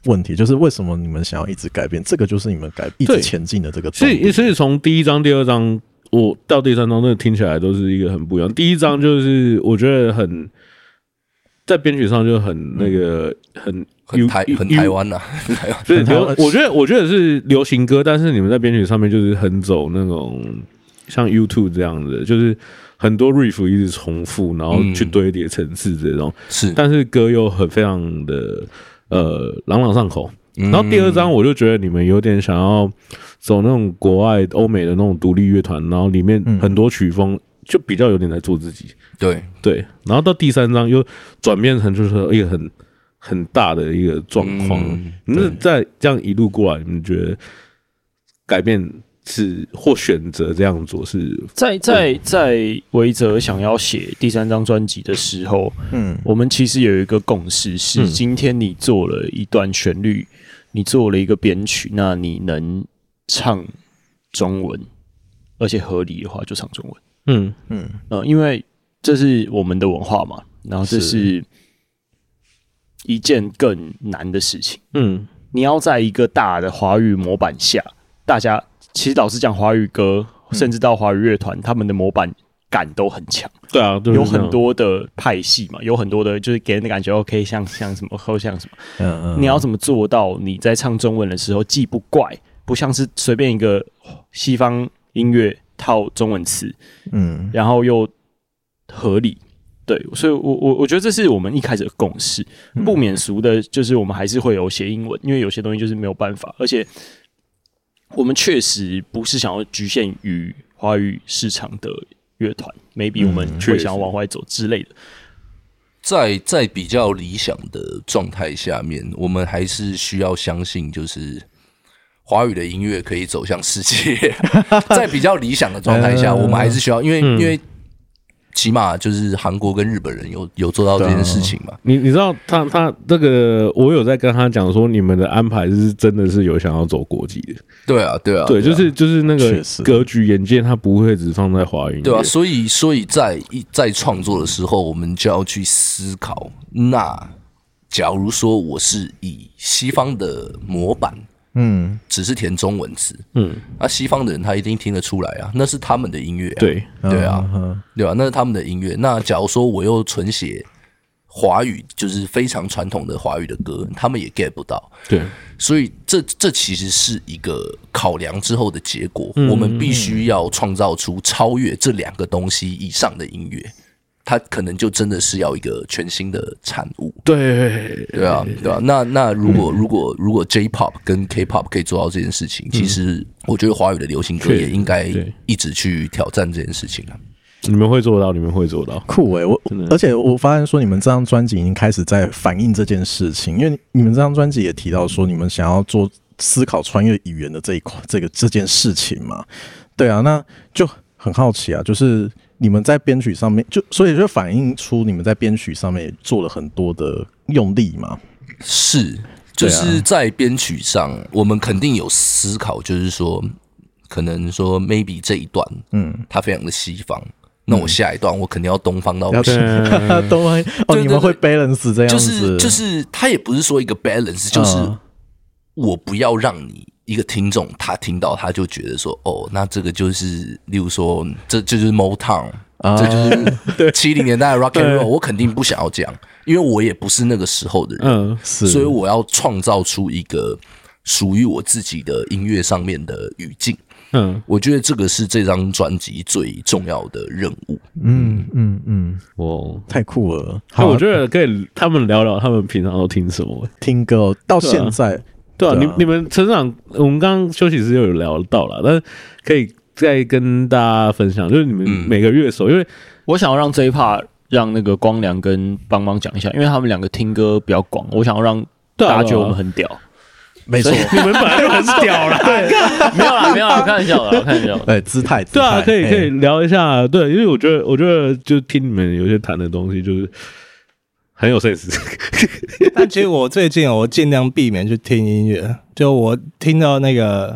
问题，就是为什么你们想要一直改变？这个就是你们一直前进的这个动力。 所以从第一章、第二章，我到第三章，那个听起来都是一个很不一样。第一章就是我觉得很在编曲上就很那个很台湾呐， 对，我觉得是流行歌，但是你们在编曲上面就是很走那种像 YouTube 这样的，就是很多 riff 一直重复，然后去堆叠层次这种， 是， 但是歌又非常的朗朗上口。然后第二章我就觉得你们有点想要走那种国外欧美的那种独立乐团，然后里面很多曲风就比较有点在做自己。对，然后到第三章又转变成就是一个很大的一个状况。那在这样一路过来，你们觉得改变是或选择这样做是在维泽想要写第三张专辑的时候，我们其实有一个共识是，今天你做了一段旋律，你做了一个编曲，那你能唱中文，而且合理的话就唱中文。因为这是我们的文化嘛，然后这是一件更难的事情。你要在一个大的华语模板下，大家其实老实讲，华语歌甚至到华语乐团，他们的模板感都很强。 对啊， 有很多的派系嘛，有很多的就是给人的感觉 OK， 像什么或像什么。你要怎么做到你在唱中文的时候既不怪，不像是随便一个西方音乐套中文词，然后又合理。对，所以我觉得这是我们一开始的共识。不免俗的就是我们还是会有写英文，因为有些东西就是没有办法，而且我们确实不是想要局限于华语市场的乐团，maybe 我们会想要往外走之类的。 在比较理想的状态下面，我们还是需要相信，就是华语的音乐可以走向世界。在比较理想的状态下，我们还是需要，因为起码就是韩国跟日本人有做到这件事情嘛。 你知道他这个，我有在跟他讲说，你们的安排是真的是有想要走国际的。 对啊， 就是那个格局眼界，它不会只放在华语。 对啊，所以在创作的时候，我们就要去思考，那假如说我是以西方的模板。只是填中文词，西方的人他一定听得出来啊，那是他们的音乐啊，对啊，那是他们的音乐。那假如说我又纯写华语，就是非常传统的华语的歌，他们也 get 不到，对，所以这其实是一个考量之后的结果，我们必须要创造出超越这两个东西以上的音乐。它可能就真的是要一个全新的产物，对啊。那如果 J-pop 跟 K-pop 可以做到这件事情，其实我觉得华语的流行歌也应该一直去挑战这件事情啊。 你们会做到， 酷而且我发现说，你们这张专辑已经开始在反映这件事情，因为你们这张专辑也提到说，你们想要做思考穿越语言的这件事情嘛。对啊，那就很好奇啊，就是你们在编曲上面，所以就反映出你们在编曲上面也做了很多的用力嘛。 是，就是在编曲上，我们肯定有思考，就是说，可能说 maybe 这一段，它非常的西方。那我下一段我肯定要东方到不行， 东方哦，你们会 balance 这样子， 就是它也不是说一个 balance， 就是我不要让你一个听众他听到他就觉得说，哦，那这个就是例如说这就是 Motown，这就是70年代的 Rock and Roll， 我肯定不想要这样，因为我也不是那个时候的人，所以我要创造出一个属于我自己的音乐上面的语境。我觉得这个是这张专辑最重要的任务。 哇，太酷了！ 好，我觉得可以他们聊聊他们平常都听什么， 听歌到现在。 对啊，你们成长，我们刚刚休息时有聊到了，但是可以再跟大家分享，就是你们每个乐手，因为我想要让这一 part 让那个光良跟邦邦讲一下，因为他们两个听歌比较广，我想要让大家觉得我们很屌。 没错， 你们本来就很屌啦。 对，没有啦，开玩笑的， 对，姿态， 对啊，可以聊一下，对，因为我觉得就听你们有些谈的东西，就是很有 sense。 但其实我最近我尽量避免去听音乐，就我听到那个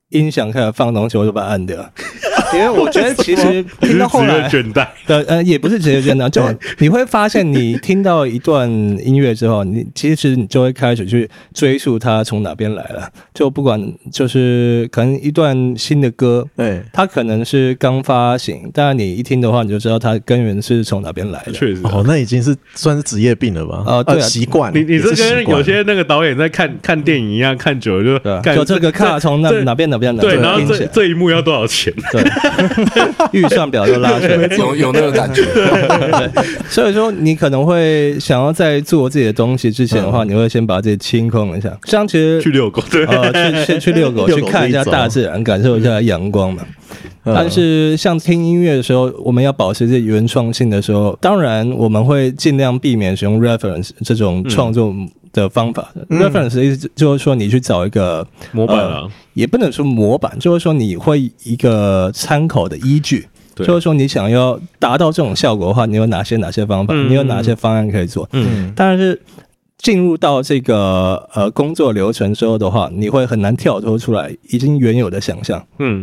音响开始放东西，我就把它按掉。因为我觉得其实听到后来倦怠也不是直接倦怠，就你会发现你听到一段音乐之后，你其实你就会开始去追溯它从哪边来了。就不管就是可能一段新的歌，对，它可能是刚发行，但你一听的话，你就知道它根源是从哪边来的。 确实， 那已经是算是职业病了吧？ 对啊， 习惯。 你这跟有些那个导演在看电影一样，看久了就这个卡从哪边来， 对，然后这一幕要多少钱？ 对。预算表就拉出来， 有那个感觉。 对，所以说你可能会想要在做自己的东西之前的话，你会先把自己清空一下。像其实去遛狗，对， 先去遛狗，去看一下大自然，感受一下阳光嘛。但是像听音乐的时候，我们要保持自己原创性的时候，当然我们会尽量避免使用 reference 这种创作的方法。reference 的意思就是说，你去找一个模板啊， 也不能说模板，就是说你会一个参考的依据。就是说，你想要达到这种效果的话，你有哪些方法？你有哪些方案可以做？但是进入到这个工作流程之后的话，你会很难跳脱出来已经原有的想象。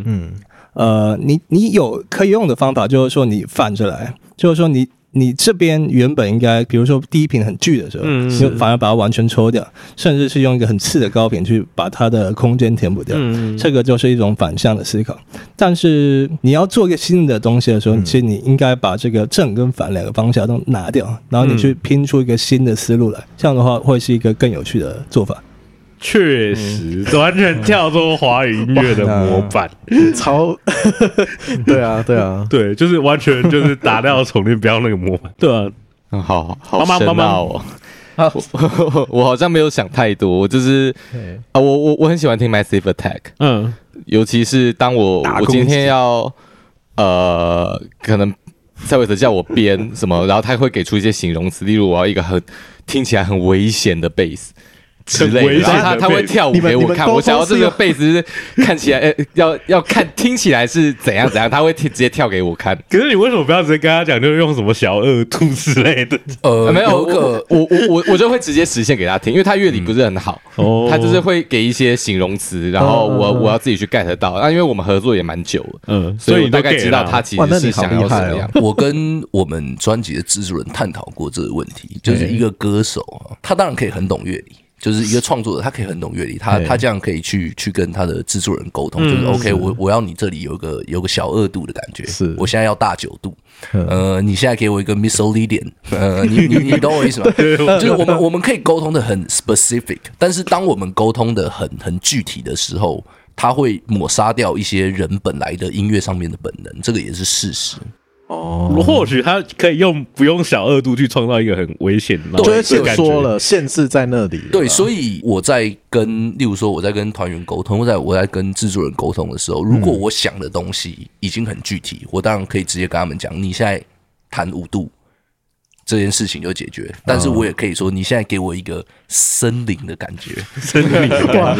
你有可以用的方法，就是说你反着来，就是说你这边原本应该，比如说低频很巨的时候，你反而把它完全抽掉，甚至是用一个很次的高频去把它的空间填补掉，这个就是一种反向的思考。但是你要做一个新的东西的时候，其实你应该把这个正跟反两个方向都拿掉，然后你去拼出一个新的思路来，这样的话会是一个更有趣的做法。 确实，完全跳脱华语音乐的模板， 超对啊， 对，就是完全就是打掉重练，不要那个模板。对啊， 好深奥哦。我好像没有想太多，我就是我很喜欢听 Massive Attack，尤其是当我今天要可能蔡伟德叫我编什么，然后他会给出一些形容词，例如我要一个听起来很危险的 bass。之类的，然后他会跳舞给我看，我想要这个贝斯看起来要看听起来是怎样，他会直接跳给我看。 可是你为什么不要直接跟他讲，就是用什么小二度之类的？ 没有，我就会直接实现给他听，因为他乐理不是很好，他就是会给一些形容词，然后我要自己去 get 到。因为我们合作也蛮久了，所以我大概知道他其实是想要什么样。 我跟我们专辑的制作人探讨过这个问题，就是一个歌手啊，他当然可以很懂乐理。就是一个创作者，他可以很懂乐理，他这样可以去跟他的制作人沟通，就是 OK， 我要你这里有个小2度的感觉，是我现在要大9度，你现在给我一个 misleading， 你懂我意思吗？就是我们可以沟通的很 specific， 但是当我们沟通的很具体的时候，他会抹杀掉一些人本来的音乐上面的本能，这个也是事实。 或许他可以不用小2度去创造一个很危险的， 就是说了限制在那里。 对，所以我在例如说我在跟团员沟通，我在跟制作人沟通的时候，如果我想的东西已经很具体，我当然可以直接跟他们讲，你现在弹5度。这件事情就解决，但是我也可以说，你现在给我一个森林的感觉， 森林的感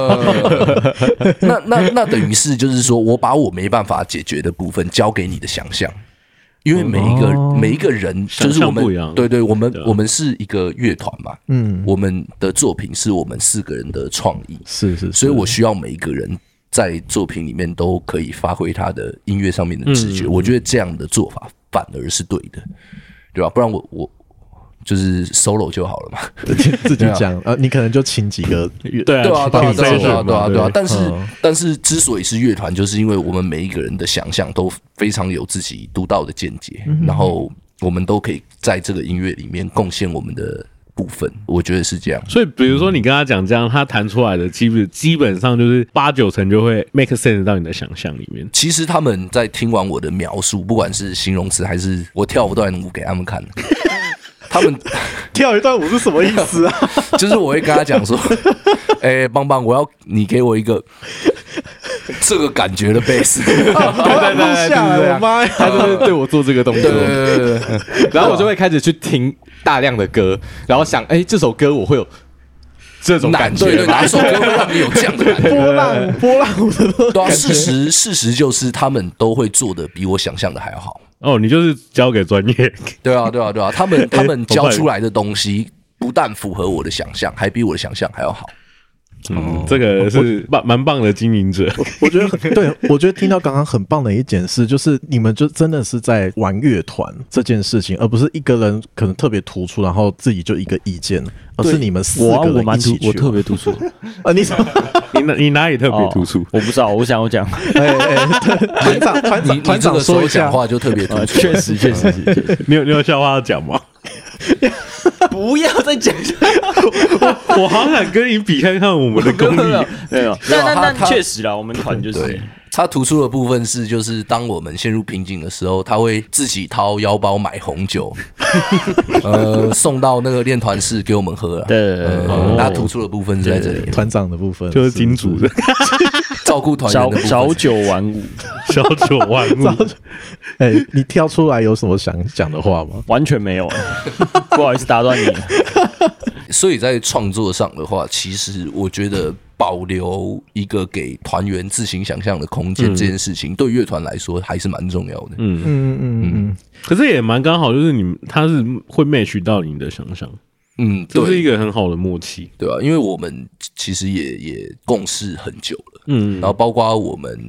觉，那等于是就是说我把我没办法解决的部分交给你的想象，因为每一个人就是我们，对，我们是一个乐团嘛，我们的作品是我们4个人的创意， 是， 所以我需要每一个人在作品里面都可以发挥他的音乐上面的直觉，我觉得这样的做法反而是对的。对吧？不然我就是 solo 就好了嘛， 自己讲你可能就请几个对啊。但是之所以是乐团，就是因为我们每一个人的想象都非常有自己独到的见解，然后我们都可以在这个音乐里面贡献我们的部分，我觉得是这样。 所以比如说你跟他讲这样，他弹出来的基本上就是8-9成就会 make sense 到你的想象里面。 其实他们在听完我的描述，不管是形容词还是我跳一段舞给他们看，他们跳一段舞是什么意思啊？ 就是我会跟他讲说，棒棒，我要你给我一个这个感觉的贝斯， 对，我妈呀，他就是对我做这个动作，对，然后我就会开始去听大量的歌，然后想，这首歌我会有这种感觉， 对，哪首歌会让你有这样的感觉？ 波浪舞的， 对啊，事实就是他们都会做的比我想象的还要好。 你就是交给专业， 对啊，他们教出来的东西不但符合我的想象，还比我的想象还要好。 这个是蛮棒的经营者。 我觉得对，我觉得听到刚刚很棒的一件事，就是你们就真的是在玩乐团这件事情，而不是一个人可能特别突出，然后自己就一个意见，而是你们4个人一起去。 我特别突出你什么？ 你哪里特别突出？ 我不知道，我想要讲。 团长说一下， 讲话就特别突出。 确实。 你有笑话要讲吗？ 不要再讲我好想跟你比看看我们的功力。 没有，但确实啦，我们团就是他突出的部分是，就是当我们陷入瓶颈的时候，他会自己掏腰包买红酒，送到那个练团室给我们喝。对，他突出的部分是在这里， 团长的部分就是金主的照顾团员的部分。 小酒玩舞， 小酒玩舞。 你跳出来有什么想讲的话吗？ 完全没有，不好意思打断你。 所以在创作上的话，其实我觉得保留一个给团员自行想象的空间，这件事情对乐团来说还是蛮重要的。 可是也蛮刚好，就是他是会 match 到你的想象。这是一个很好的默契， 对吧？因为我们其实也共事很久了，然后包括我们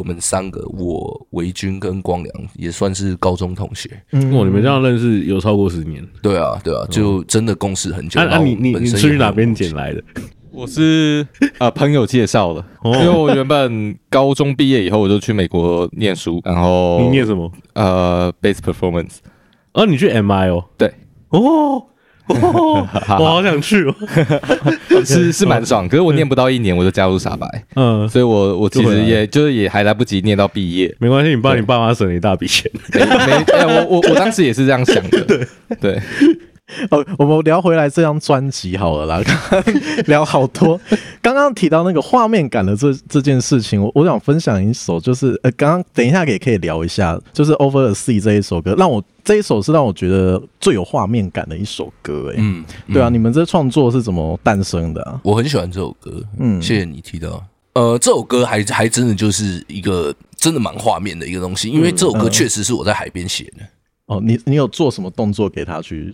3个，我维军跟光良也算是高中同学。 你们这样认识有超过10年？ 对啊，就真的共事很久。 你是去哪边捡来的？ 我是朋友介绍的，因为我原本高中毕业以后我就去美国念书，然后你念什么 ？Bass Performance。 你去 MI 哦？ 对。 我好想去哦， 是蛮爽。可是我念不到1年我就加入傻白，所以我其实也还来不及念到毕业。 没关系，你帮你爸妈省了一大笔钱。 我当时也是这样想的，对。 我们聊回来这张专辑好了啦，刚刚聊好多。刚刚提到那个画面感的这件事情，我想分享一首，就是刚刚等一下也可以聊一下，就是 Over the Sea 这一首歌，这一首是让我觉得最有画面感的一首歌。对啊，你们这创作是怎么诞生的啊？ 我很喜欢这首歌，谢谢你提到。这首歌还真的就是一个真的蛮画面的一个东西，因为这首歌确实是我在海边写的。 你有做什么动作给他去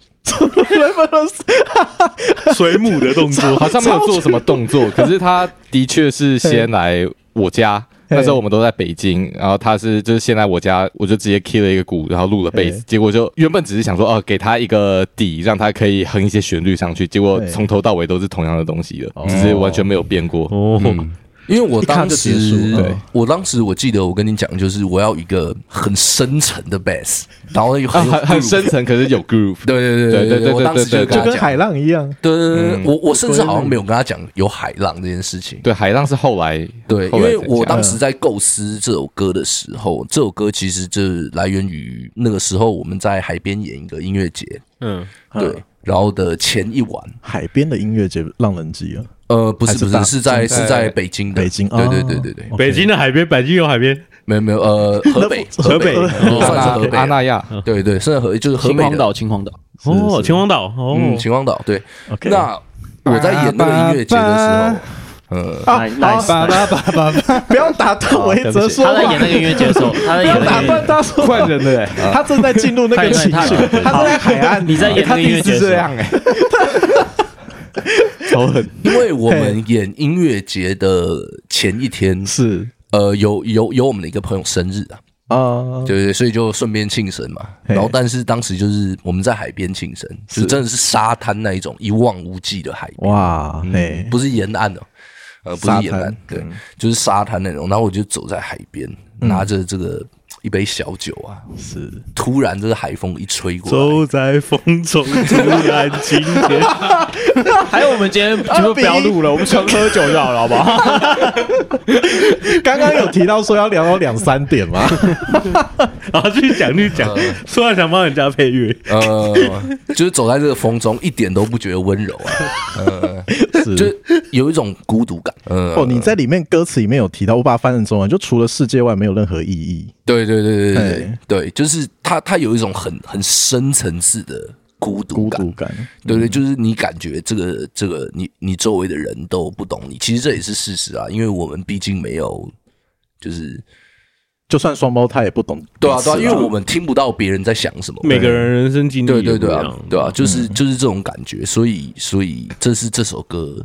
水母的动作？ 好像没有做什么动作，可是他的确是先来我家，那时候我们都在北京，然后他就是先来我家，我就直接 key 了一个鼓，然后录了贝斯，结果就原本只是想说给他一个底，让他可以哼一些旋律上去，结果从头到尾都是同样的东西了，只是完全没有变过。 因为我当时我记得我跟你讲，就是我要一个很深沉的 bass， 然后很深沉，可是有 groove。 对，我当时就跟海浪一样。 对，我甚至好像没有跟他讲有海浪这件事情。 对，海浪是后来。 对，因为我当时在构思这首歌的时候，这首歌其实就来源于那个时候我们在海边演一个音乐节。对，然后的前一晚， 海边的音乐节浪人祭啊。 不是，是在北京的。 北京， 对， 北京的海边，北京有海边？ 没有，河北， 算是河北， 阿那亚， 对，是就是河北的秦皇岛， 秦皇岛， 秦皇岛，对。那我在演那个音乐节的时候。 不要打断维泽说话。 他在演那个音乐节的时候， 打断他说换人的他正在进入那个情绪，他正在海岸。 你在演那个音乐节这样超狠。 因为我们演音乐节的前一天是有我们的一个朋友生日对，所以就顺便庆生嘛。然后但是当时就是我们在海边庆生，就真的是沙滩那一种一望无际的海边。 哇， 不是沿岸不是沿岸，对，就是沙滩那种。然后我就走在海边，拿着这个一杯小酒是突然这个海风一吹过来， 走在风中，突然今天。 还有我们今天就不要录了，我们纯喝酒就好了，好不好？ 刚刚有提到说要聊到2-3点吗？ 好，继续讲，说完想帮人家配乐， 就是走在这个风中，一点都不觉得温柔就有一种孤独感。 你在里面歌词里面有提到，我把它翻成中文，就除了世界外没有任何意义。 对，就是它有一种很深层次的孤独感。对，就是你感觉这个你周围的人都不懂你，其实这也是事实啊，因为我们毕竟没有就算双胞胎也不懂。 对啊，因为我们听不到别人在想什么， 每个人人生经历对啊，就是这种感觉，所以这是这首歌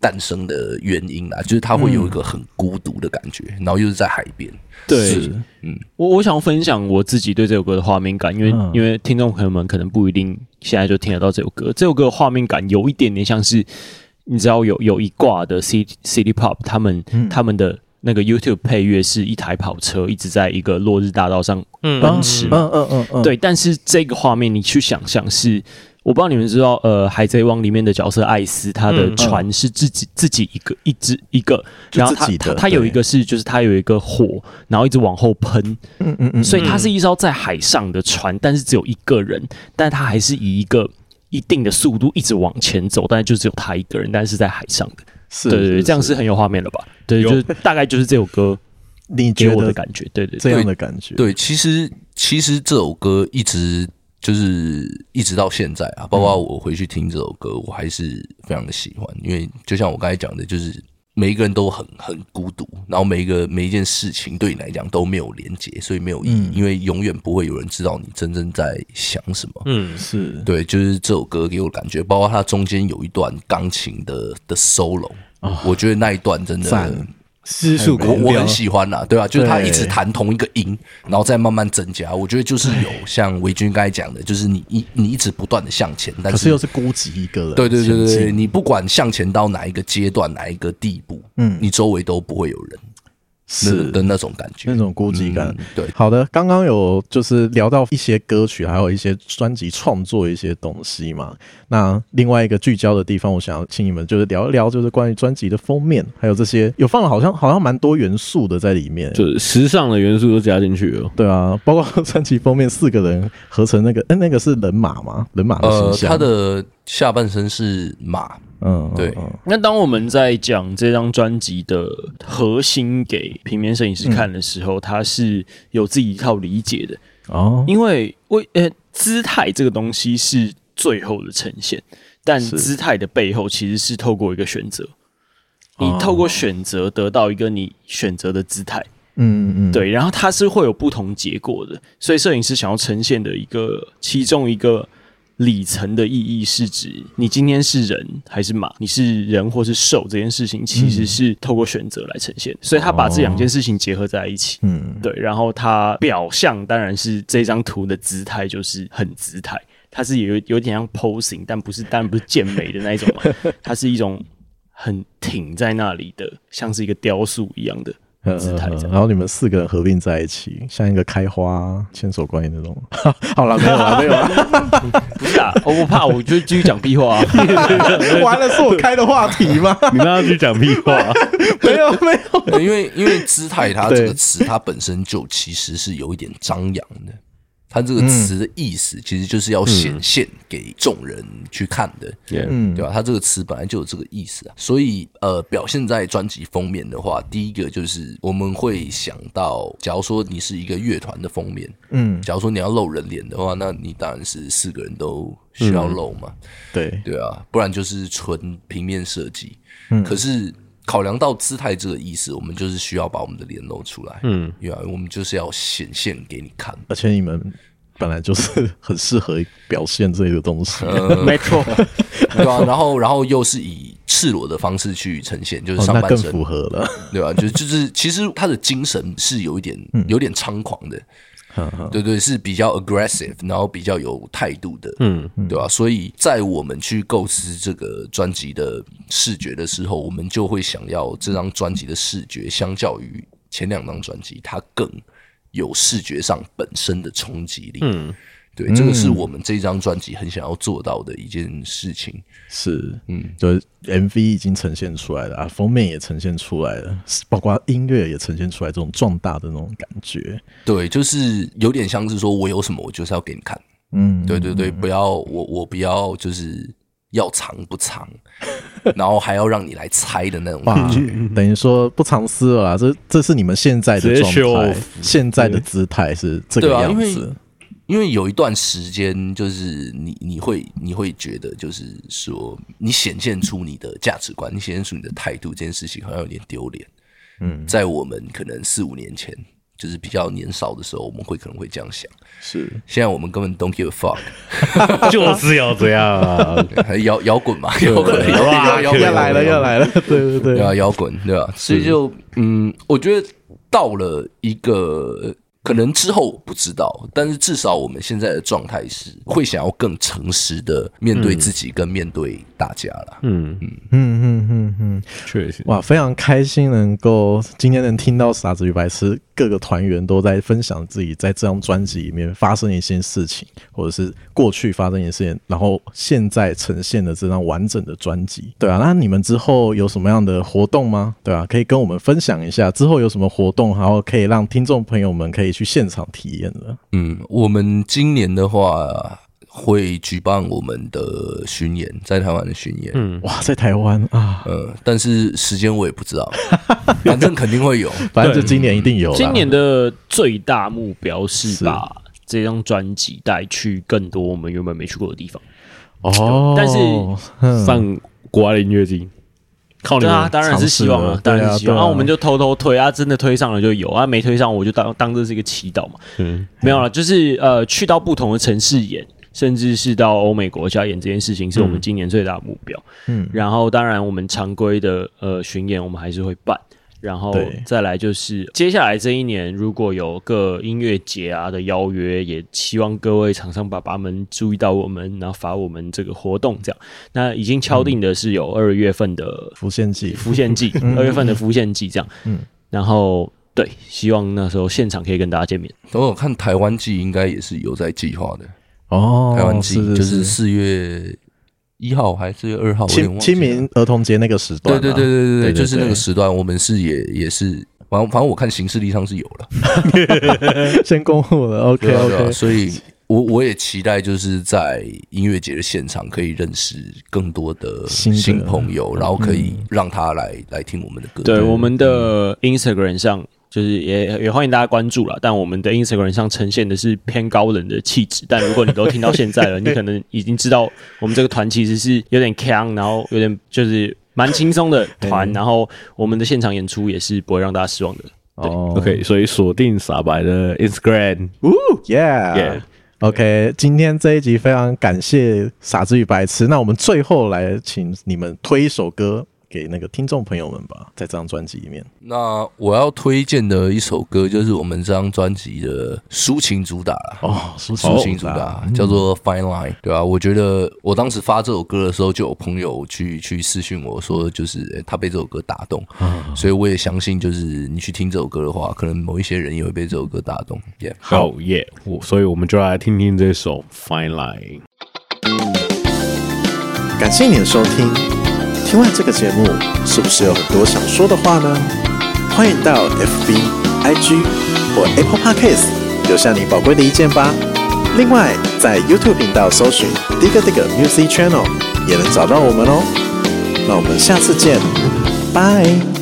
诞生的原因啦，就是它会有一个很孤独的感觉，然后又是在海边。 对，我想分享我自己对这首歌的画面感，因为听众朋友们可能不一定现在就听得到这首歌。这首歌的画面感有一点点像是，你知道有一挂的 City Pop， 他们的那个 YouTube 配乐是一台跑车一直在一个落日大道上奔驰，对。但是这个画面你去想象是。我不知道你们知道，海贼王里面的角色艾斯，他的船是自己一个，然后他有一个是，就是他有一个火，然后一直往后喷，所以它是一艘在海上的船，但是只有一个人，但他还是以一个一定的速度一直往前走，但是就只有他一个人，但是在海上的，对，这样是很有画面了吧？对，就是大概就是这首歌你给我的感觉，对， 这样的感觉， 对，其实这首歌一直到现在啊，包括我回去听这首歌，我还是非常的喜欢，因为就像我刚才讲的，就是每一个人都很孤独，然后每一件事情对你来讲都没有连结，所以没有意义，因为永远不会有人知道你真正在想什么。 是对， 就是这首歌给我的感觉，包括它中间有一段钢琴的 solo，我觉得那一段真的。 失速我很喜欢啦，对吧？就是他一直弹同一个音，然后再慢慢增加。我觉得就是有像维军刚才讲的，就是你一直不断的向前，但是又是孤寂一个人。 对，你不管向前到哪一个阶段、哪一个地步，你周围都不会有人。是的那种感觉， 那种孤寂感。 对， 好的，刚刚有就是聊到一些歌曲，还有一些专辑创作一些东西嘛。那另外一个聚焦的地方，我想要请你们就是聊一聊，就是关于专辑的封面，还有这些有放了好像蛮多元素的在里面， 就是时尚的元素都加进去了。 对啊，包括专辑封面4个人合成那个是人马吗？人马的形象， 他的下半身是马。对。 那当我们在讲这张专辑的核心给平面摄影师看的时候，他是有自己一套理解的哦。因为姿态这个东西是最后的呈现，但姿态的背后其实是透过一个选择，你透过选择得到一个你选择的姿态。对，然后它是会有不同结果的，所以摄影师想要呈现的其中一个里程的意义是指你今天是人还是马，你是人或是兽，这件事情其实是透过选择来呈现，所以他把这两件事情结合在一起。对，然后他表象当然是这张图的姿态就是很姿态，它是有点像 posing， 但当然不是健美的那一种嘛，它是一种很挺在那里的，像是一个雕塑一样的姿态， 然后你们4个人合并在一起，像一个开花牵手观音那种。好了，没有了。 不是啊，我怕我就继续讲屁话啊。 完了，是我开的话题吗？ 你让他去讲屁话。 没有， 因为姿态它这个词，它本身就其实是有一点张扬的。它这个词的意思其实就是要显现给众人去看的，对吧？它这个词本来就有这个意思啊，所以表现在专辑封面的话，第一个就是我们会想到，假如说你是一个乐团的封面，假如说你要露人脸的话，那你当然是4个人都需要露嘛，对啊，不然就是纯平面设计，可是。考量到姿态这个意思，我们就是需要把我们的脸露出来，因为我们就是要显现给你看， 而且你们本来就是很适合表现这个东西， 没错， 对啊，然后又是以赤裸的方式去呈现，就是上半身， 那更符合了， 对吧？就是其实他的精神是有点猖狂的。对，是比较 aggressive， 然后比较有态度的，对吧？所以在我们去构思这个专辑的视觉的时候，我们就会想要这张专辑的视觉相较于前2张专辑，它更有视觉上本身的冲击力。对，这个是我们这张专辑很想要做到的一件事情。 是，就是 MV 已经呈现出来了啊，封面也呈现出来了，包括音乐也呈现出来这种壮大的那种感觉。 对，就是有点像是说我有什么，我就是要给你看。对，不要我不要就是要藏不藏，然后还要让你来猜的那种感觉。 等于说不藏私了啦，这是你们现在的状态，现在的姿态是这个样子。 因为有一段时间，就是你会觉得，就是说你显现出你的价值观，你显现出你的态度，这件事情好像有点丢脸。在我们可能4-5年前就是比较年少的时候，我们可能会这样想。 是， 现在我们根本 don't give a fuck， 就是要这样啊， 摇滚嘛，摇滚， 要来了，对对啊，摇滚，对吧？所以就我觉得到了一个。可能之后我不知道，但是至少我们现在的状态是会想要更诚实的面对自己跟面对大家啦。 确实， 哇，非常开心能够今天能听到傻子与白痴各个团员都在分享自己在这张专辑里面发生一些事情，或者是过去发生一些事情，然后现在呈现的这张完整的专辑。对啊，那你们之后有什么样的活动吗？对啊，可以跟我们分享一下之后有什么活动，然后可以让听众朋友们可以去现场体验的。 我们今年的话会举办我们的巡演，在台湾的巡演。 哇，在台湾啊， 但是时间我也不知道，反正肯定会有， 反正就今年一定有啦。 今年的最大目标是把这张专辑带去更多我们原本没去过的地方。 哦， 但是上国外的音乐季。靠你们啊，当然是希望了，当然是希望。我们就偷偷推啊，真的推上了就有啊，没推上我就当这是一个祈祷嘛。没有了，就是去到不同的城市演，甚至是到欧美国家演这件事情，是我们今年最大的目标。然后当然我们常规的巡演我们还是会办。然后再来就是接下来这一年，如果有各音乐节啊的邀约，也希望各位厂商爸爸们注意到我们，然后发我们这个活动这样。那已经敲定的是有2月份的浮现季 ，2月份的浮现季这样。然后对，希望那时候现场可以跟大家见面。 我看台湾季应该也是有在计划的哦， 台湾季就是4月1号还是4月2号， 清明儿童节那个时段、啊， 对，就是那个时段，我们是也是，反正我看行事历上是有了， 先公布了 ，OK， 所以我也期待就是在音乐节的现场可以认识更多的新朋友，然后可以让他来听我们的歌。 对，我们的 Instagram 上。就是也欢迎大家关注啦，但我们的 Instagram 上呈现的是偏高冷的气质。但如果你都听到现在了，你可能已经知道我们这个团其实是有点鏘，然后有点就是蛮轻松的团，然后我们的现场演出也是不会让大家失望的。 OK， 所以锁定傻白的 Instagram，OK， 今天这一集非常感谢傻子与白痴。那我们最后来请你们推一首歌。给那个听众朋友们吧，在这张专辑里面。 那我要推荐的一首歌就是我们这张专辑的抒情主打啦。抒情主打叫做 Fine Line， 对吧？我觉得我当时发这首歌的时候，就有朋友去私讯我说，就是他被这首歌打动，所以我也相信，就是你去听这首歌的话，可能某一些人也会被这首歌打动。 好耶！所以我们就来听听这首 Fine Line。 感谢你的收听。听完这个节目，是不是有很多想说的话呢？欢迎到 FB、IG 或 Apple Podcast 留下你宝贵的意见吧。另外，在 YouTube 频道搜寻 Digga Music Channel 也能找到我们哦。那我们下次见，拜。